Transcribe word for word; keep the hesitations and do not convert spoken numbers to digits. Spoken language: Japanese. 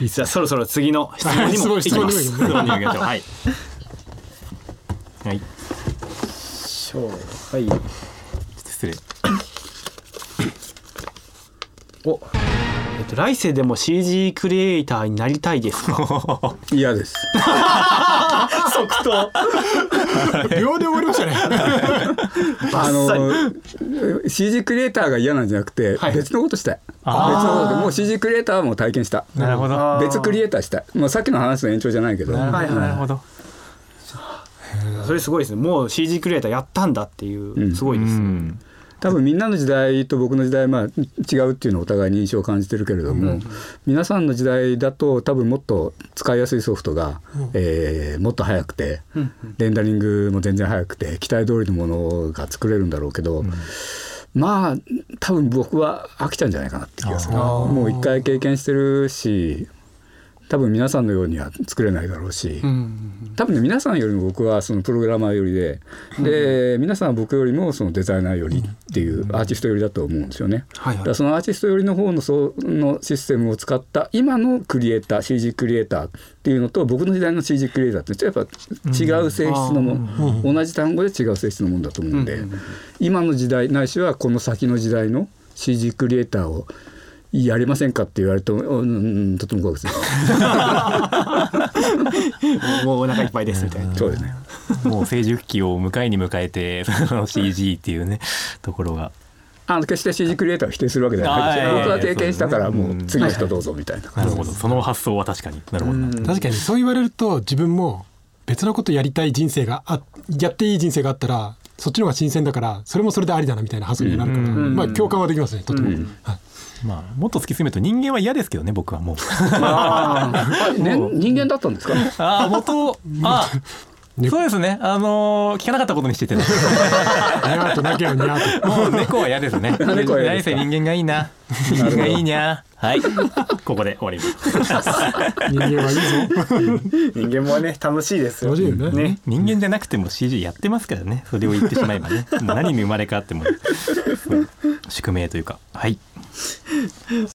いいじゃあそろそろ次の質問にもいきます。質問に行きましょう。はいはいはい、失礼。お、えっと来世でも シージー クリエイターになりたいですか？ 嫌です。 即答。 秒で終わりましたね。 あの シージー クリエイターが嫌なんじゃなくて、はい、別のことしたい。別のことでもう シージー クリエイターも体験した。 なるほど。 別クリエイターしたい。もうさっきの話の延長じゃないけど。 なるほど。それすごいですね。もう シージー クリエイターやったんだっていう、うん、すごいです、うん、 多分みんなの時代と僕の時代、まあ、違うっていうのをお互いに印象を感じてるけれども、うん、皆さんの時代だと多分もっと使いやすいソフトが、うんえー、もっと早くて、うん、レンダリングも全然早くて期待通りのものが作れるんだろうけど、うん、まあ多分僕は飽きちゃうんじゃないかなって気がする。もう一回経験してるし多分皆さんのようには作れないだろうし、うん、多分ね皆さんよりも僕はそのプログラマーよりで、うん、で皆さんは僕よりもそのデザイナーよりっていうアーティストよりだと思うんですよね、はいはい、だからそのアーティストよりの方のそのシステムを使った今のクリエイター シージー クリエイターっていうのと僕の時代の シージー クリエイターってやっぱ違う性質のもの、うん、同じ単語で違う性質のものだと思うんで、うん、今の時代ないしはこの先の時代の シージー クリエイターをやりませんかって言われると、うん、とても怖くですね。 もうお腹いっぱいですみたいな。 そうですね。 もう成熟期を迎えに迎えてその シージー っていうねところが。 あの決して シージー クリエイターを否定するわけじゃないですよ。僕は経験したからもう次の人どうぞみたいな。 なるほど。その発想は確かに。なるほど。 確かにそう言われると自分も別のことやりたい人生があやっていい人生があったらそっちの方が新鮮だからそれもそれでありだなみたいな発想になるから、まあ共感はできますねとても。はいまあ、もっと突き詰めると人間は嫌ですけどね僕はもうあね人間だったんですかね。 あ元あそうですねあのー、聞かなかったことにしてて、ね、 ニャーとなきゃニャーともう猫は嫌ですね。猫は嫌ですか。人間がいいな人間がいいにゃはいここで終わります。 人間はいいぞ。 人間もね楽しいですよ。 楽しいよね。 ね人間じゃなくても シージー やってますからね。それを言ってしまえばねもう何に生まれ変わっても宿命というかはい